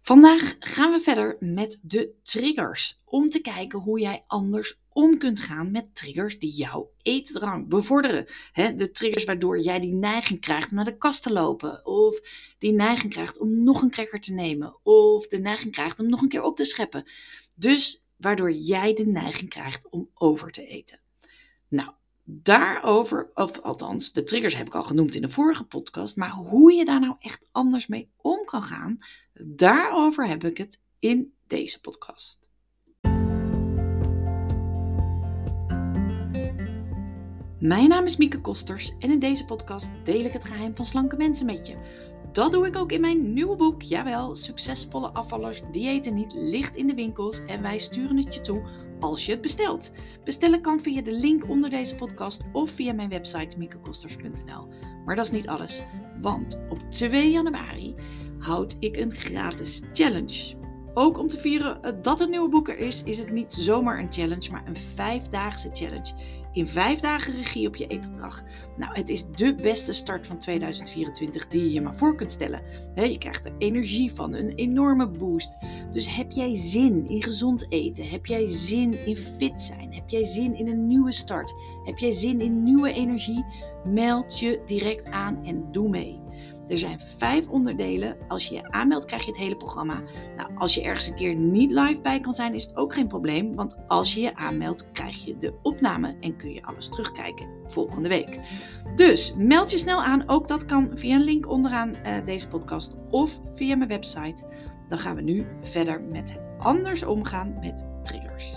Vandaag gaan we verder met de triggers. Om te kijken hoe jij anders om kunt gaan met triggers die jouw eetdrang bevorderen. De triggers waardoor jij die neiging krijgt om naar de kast te lopen. Of die neiging krijgt om nog een cracker te nemen. Of de neiging krijgt om nog een keer op te scheppen. Dus waardoor jij de neiging krijgt om over te eten. Nou, daarover, of althans, de triggers heb ik al genoemd in de vorige podcast, maar hoe je daar nou echt anders mee om kan gaan, daarover heb ik het in deze podcast. Mijn naam is Mieke Kosters en in deze podcast deel ik het geheim van slanke mensen met je. Dat doe ik ook in mijn nieuwe boek, jawel, Succesvolle afvallers diëten niet, ligt in de winkels en wij sturen het je toe als je het bestelt. Bestellen kan via de link onder deze podcast of via mijn website miekekosters.nl. Maar dat is niet alles, want op 2 januari houd ik een gratis challenge. Ook om te vieren dat het nieuwe boek er is het niet zomaar een challenge, maar een 5-daagse challenge. In 5 dagen regie op je eetgedrag. Nou, het is de beste start van 2024 die je je maar voor kunt stellen. Je krijgt er energie van, een enorme boost. Dus heb jij zin in gezond eten? Heb jij zin in fit zijn? Heb jij zin in een nieuwe start? Heb jij zin in nieuwe energie? Meld je direct aan en doe mee. Er zijn 5 onderdelen. Als je je aanmeldt, krijg je het hele programma. Nou, als je ergens een keer niet live bij kan zijn, is het ook geen probleem. Want als je je aanmeldt, krijg je de opname en kun je alles terugkijken volgende week. Dus meld je snel aan. Ook dat kan via een link onderaan deze podcast of via mijn website. Dan gaan we nu verder met het anders omgaan met triggers.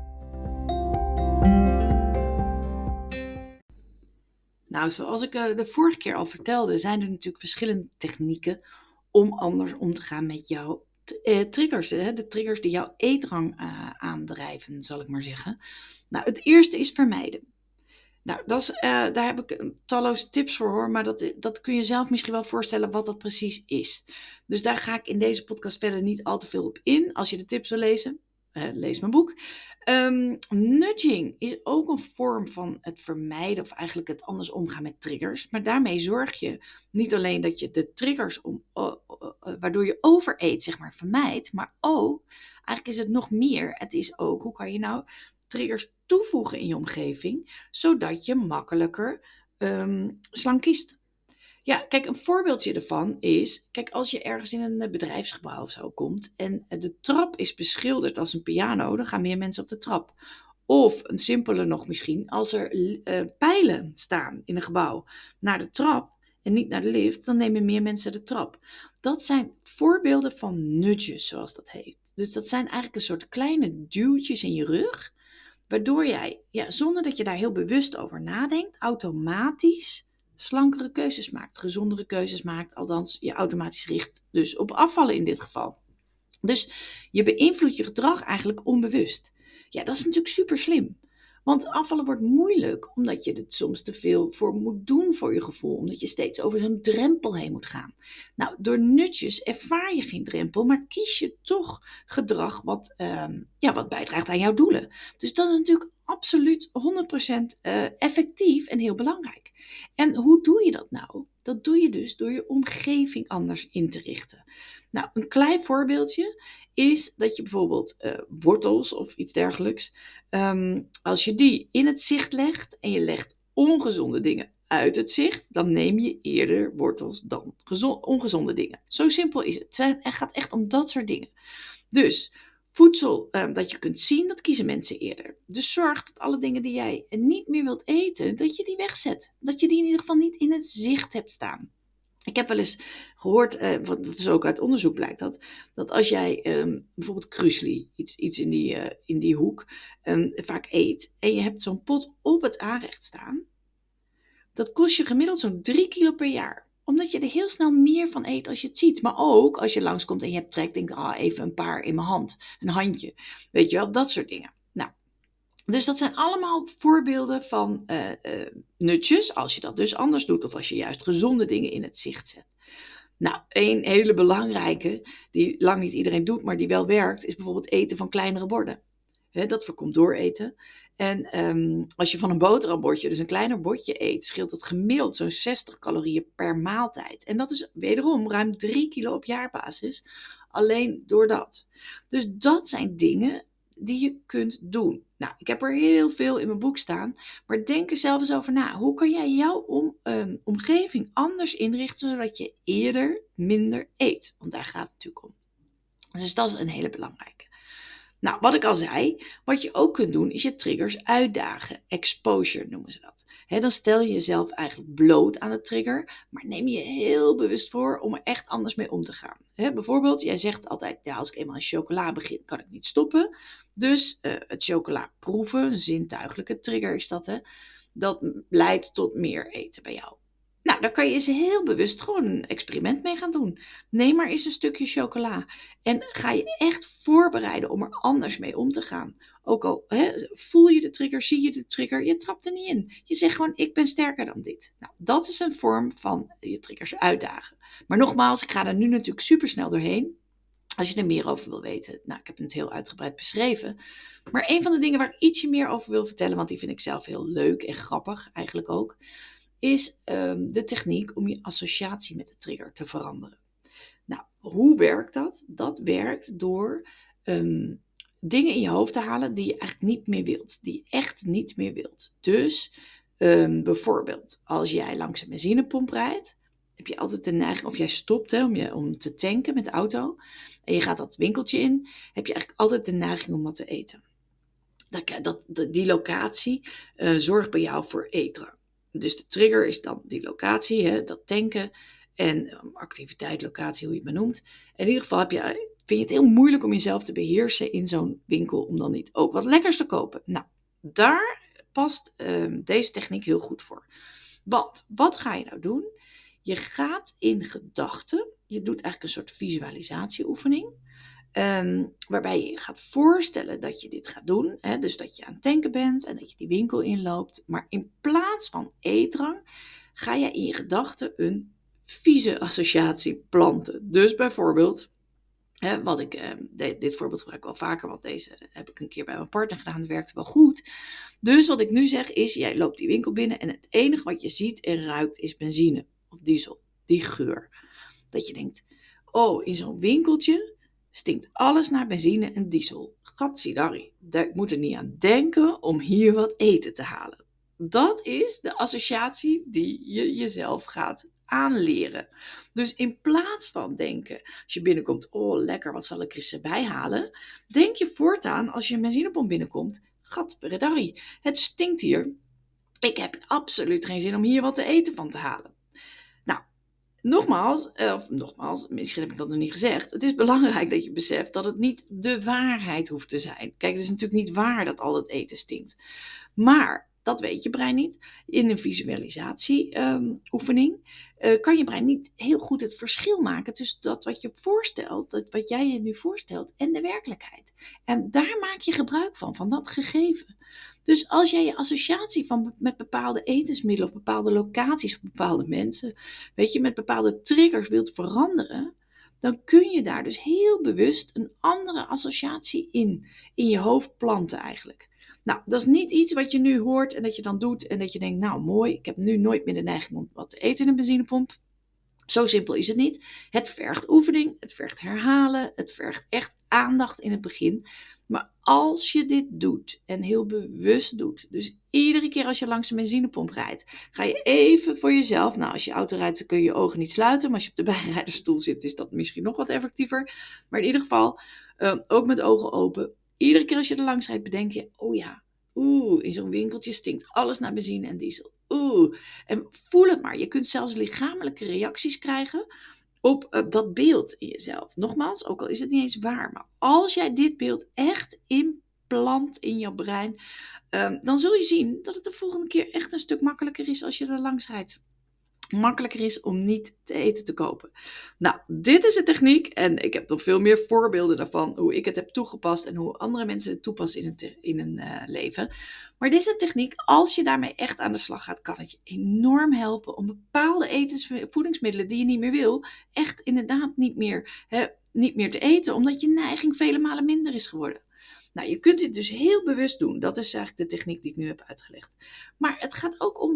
Nou, zoals ik de vorige keer al vertelde, zijn er natuurlijk verschillende technieken om anders om te gaan met jouw triggers. De triggers die jouw eetdrang aandrijven, zal ik maar zeggen. Nou, het eerste is vermijden. Nou, daar heb ik talloze tips voor hoor, maar dat kun je zelf misschien wel voorstellen wat dat precies is. Dus daar ga ik in deze podcast verder niet al te veel op in. Als je de tips wil lezen, lees mijn boek. Nudging is ook een vorm van het vermijden of eigenlijk het anders omgaan met triggers. Maar daarmee zorg je niet alleen dat je de triggers waardoor je overeet, zeg maar, vermijdt. Maar ook, eigenlijk is het nog meer, het is ook, hoe kan je nou triggers toevoegen in je omgeving, zodat je makkelijker slank kiest. Ja, kijk, een voorbeeldje ervan is, kijk, als je ergens in een bedrijfsgebouw of zo komt en de trap is beschilderd als een piano, dan gaan meer mensen op de trap. Of een simpele nog misschien, als er pijlen staan in een gebouw naar de trap en niet naar de lift, dan nemen meer mensen de trap. Dat zijn voorbeelden van nudges, zoals dat heet. Dus dat zijn eigenlijk een soort kleine duwtjes in je rug, waardoor jij, zonder dat je daar heel bewust over nadenkt, automatisch slankere keuzes maakt, gezondere keuzes maakt, althans je automatisch richt dus op afvallen in dit geval. Dus je beïnvloedt je gedrag eigenlijk onbewust. Ja, dat is natuurlijk super slim. Want afvallen wordt moeilijk omdat je er soms te veel voor moet doen voor je gevoel. Omdat je steeds over zo'n drempel heen moet gaan. Nou, door nudges ervaar je geen drempel, maar kies je toch gedrag wat bijdraagt aan jouw doelen. Dus dat is natuurlijk absoluut 100% effectief en heel belangrijk. En hoe doe je dat nou? Dat doe je dus door je omgeving anders in te richten. Nou, een klein voorbeeldje is dat je bijvoorbeeld wortels of iets dergelijks, als je die in het zicht legt en je legt ongezonde dingen uit het zicht, dan neem je eerder wortels dan ongezonde dingen. Zo simpel is het. Het gaat echt om dat soort dingen. Dus voedsel dat je kunt zien, dat kiezen mensen eerder. Dus zorg dat alle dingen die jij niet meer wilt eten, dat je die wegzet. Dat je die in ieder geval niet in het zicht hebt staan. Ik heb wel eens gehoord, dat is ook uit onderzoek blijkt dat als jij bijvoorbeeld krusli, iets in die hoek, vaak eet en je hebt zo'n pot op het aanrecht staan, dat kost je gemiddeld zo'n 3 kilo per jaar. Omdat je er heel snel meer van eet als je het ziet. Maar ook als je langskomt en je hebt trek, denk even een paar in mijn hand, een handje. Weet je wel, dat soort dingen. Nou, dus dat zijn allemaal voorbeelden van nutjes, als je dat dus anders doet of als je juist gezonde dingen in het zicht zet. Nou, een hele belangrijke, die lang niet iedereen doet, maar die wel werkt, is bijvoorbeeld eten van kleinere borden. Dat voorkomt dooreten. En als je van een boterhambordje, dus een kleiner bordje eet, scheelt het gemiddeld zo'n 60 calorieën per maaltijd. En dat is wederom ruim 3 kilo op jaarbasis alleen door dat. Dus dat zijn dingen die je kunt doen. Nou, ik heb er heel veel in mijn boek staan, maar denk er zelf eens over na. Hoe kan jij jouw omgeving anders inrichten, zodat je eerder minder eet? Want daar gaat het natuurlijk om. Dus dat is een hele belangrijke. Nou, wat ik al zei, wat je ook kunt doen, is je triggers uitdagen. Exposure noemen ze dat. Dan stel je jezelf eigenlijk bloot aan de trigger, maar neem je heel bewust voor om er echt anders mee om te gaan. Bijvoorbeeld, jij zegt altijd, ja, als ik eenmaal aan chocola begin, kan ik niet stoppen. Dus het chocola proeven, een zintuigelijke trigger is dat, dat leidt tot meer eten bij jou. Nou, daar kan je eens heel bewust gewoon een experiment mee gaan doen. Neem maar eens een stukje chocola en ga je echt voorbereiden om er anders mee om te gaan. Ook al voel je de trigger, zie je de trigger, je trapt er niet in. Je zegt gewoon, ik ben sterker dan dit. Nou, dat is een vorm van je triggers uitdagen. Maar nogmaals, ik ga er nu natuurlijk super snel doorheen. Als je er meer over wil weten, nou, ik heb het heel uitgebreid beschreven. Maar een van de dingen waar ik ietsje meer over wil vertellen, want die vind ik zelf heel leuk en grappig eigenlijk ook, is de techniek om je associatie met de trigger te veranderen. Nou, hoe werkt dat? Dat werkt door dingen in je hoofd te halen die je eigenlijk niet meer wilt. Die je echt niet meer wilt. Dus bijvoorbeeld, als jij langs een benzinepomp rijdt, heb je altijd de neiging, of jij stopt om te tanken met de auto, en je gaat dat winkeltje in, heb je eigenlijk altijd de neiging om wat te eten. Die locatie zorgt bij jou voor eetdrang. Dus de trigger is dan die locatie, dat tanken en activiteit, locatie, hoe je het maar noemt. In ieder geval vind je het heel moeilijk om jezelf te beheersen in zo'n winkel om dan niet ook wat lekkers te kopen. Nou, daar past deze techniek heel goed voor. Want wat ga je nou doen? Je gaat in gedachten, je doet eigenlijk een soort visualisatieoefening. Waarbij je gaat voorstellen dat je dit gaat doen. Dus dat je aan het tanken bent en dat je die winkel inloopt. Maar in plaats van eetdrang ga je in je gedachten een vieze associatie planten. Dus bijvoorbeeld, dit voorbeeld gebruik ik wel vaker, want deze heb ik een keer bij mijn partner gedaan. Dat werkte wel goed. Dus wat ik nu zeg is, jij loopt die winkel binnen en het enige wat je ziet en ruikt is benzine of diesel. Die geur. Dat je denkt, oh, in zo'n winkeltje stinkt alles naar benzine en diesel. Gatsidari, ik moet er niet aan denken om hier wat eten te halen. Dat is de associatie die je jezelf gaat aanleren. Dus in plaats van denken, als je binnenkomt, oh lekker, wat zal ik er eens erbij halen? Denk je voortaan, als je een benzinepomp binnenkomt, gatsidari, het stinkt hier. Ik heb absoluut geen zin om hier wat te eten van te halen. Nogmaals, misschien heb ik dat nog niet gezegd. Het is belangrijk dat je beseft dat het niet de waarheid hoeft te zijn. Kijk, het is natuurlijk niet waar dat al het eten stinkt. Maar, dat weet je brein niet. In een visualisatieoefening kan je brein niet heel goed het verschil maken tussen dat wat je voorstelt, wat jij je nu voorstelt, en de werkelijkheid. En daar maak je gebruik van dat gegeven. Dus als jij je associatie met bepaalde etensmiddelen of bepaalde locaties of bepaalde mensen, met bepaalde triggers wilt veranderen, dan kun je daar dus heel bewust een andere associatie in je hoofd planten eigenlijk. Nou, dat is niet iets wat je nu hoort en dat je dan doet en dat je denkt, nou mooi, ik heb nu nooit meer de neiging om wat te eten in een benzinepomp. Zo simpel is het niet. Het vergt oefening, het vergt herhalen, het vergt echt aandacht in het begin. Maar als je dit doet en heel bewust doet, dus iedere keer als je langs een benzinepomp rijdt, ga je even voor jezelf, nou als je auto rijdt dan kun je je ogen niet sluiten, maar als je op de bijrijdersstoel zit is dat misschien nog wat effectiever. Maar in ieder geval, ook met ogen open, iedere keer als je er langs rijdt bedenk je, oh ja, in zo'n winkeltje stinkt alles naar benzine en diesel. En voel het maar. Je kunt zelfs lichamelijke reacties krijgen op dat beeld in jezelf. Nogmaals, ook al is het niet eens waar, maar als jij dit beeld echt implant in je brein, dan zul je zien dat het de volgende keer echt een stuk makkelijker is als je er langs rijdt. Makkelijker is om niet te eten te kopen. Nou, dit is de techniek en ik heb nog veel meer voorbeelden daarvan, hoe ik het heb toegepast en hoe andere mensen het toepassen in hun leven. Maar dit is een techniek, als je daarmee echt aan de slag gaat, kan het je enorm helpen om bepaalde voedingsmiddelen die je niet meer wil, echt inderdaad niet meer te eten, omdat je neiging vele malen minder is geworden. Nou, je kunt dit dus heel bewust doen. Dat is eigenlijk de techniek die ik nu heb uitgelegd. Maar het gaat ook onbewust.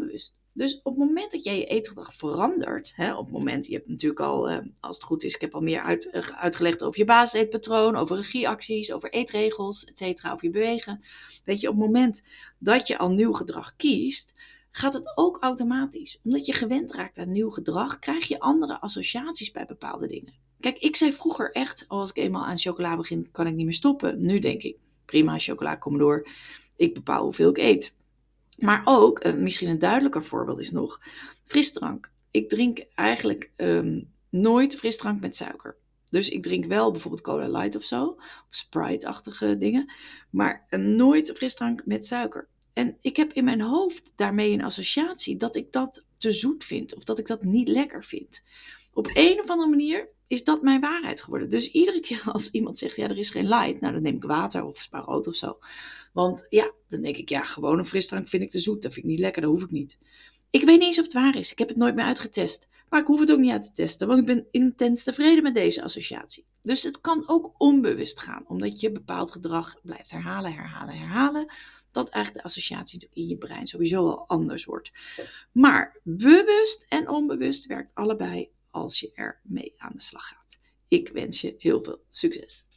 Dus op het moment dat jij je eetgedrag verandert, op het moment, je hebt natuurlijk al, als het goed is, ik heb al meer uitgelegd over je basiseetpatroon, over regieacties, over eetregels, et cetera, over je bewegen. Weet je, op het moment dat je al nieuw gedrag kiest, gaat het ook automatisch. Omdat je gewend raakt aan nieuw gedrag, krijg je andere associaties bij bepaalde dingen. Kijk, ik zei vroeger echt, als ik eenmaal aan chocola begin, kan ik niet meer stoppen. Nu denk ik, prima, chocola, kom maar door. Ik bepaal hoeveel ik eet. Maar ook, misschien een duidelijker voorbeeld is nog, frisdrank. Ik drink eigenlijk nooit frisdrank met suiker. Dus ik drink wel bijvoorbeeld Cola Light of zo, of Sprite-achtige dingen, maar nooit frisdrank met suiker. En ik heb in mijn hoofd daarmee een associatie dat ik dat te zoet vind, of dat ik dat niet lekker vind. Op een of andere manier is dat mijn waarheid geworden. Dus iedere keer als iemand zegt, ja, er is geen light, nou dan neem ik water of spa rood of zo. Want ja, dan denk ik, ja, gewoon een frisdrank vind ik te zoet. Dat vind ik niet lekker, dat hoef ik niet. Ik weet niet eens of het waar is. Ik heb het nooit meer uitgetest. Maar ik hoef het ook niet uit te testen, want ik ben intens tevreden met deze associatie. Dus het kan ook onbewust gaan, omdat je bepaald gedrag blijft herhalen. Dat eigenlijk de associatie natuurlijk in je brein sowieso al anders wordt. Maar bewust en onbewust werkt allebei als je ermee aan de slag gaat. Ik wens je heel veel succes.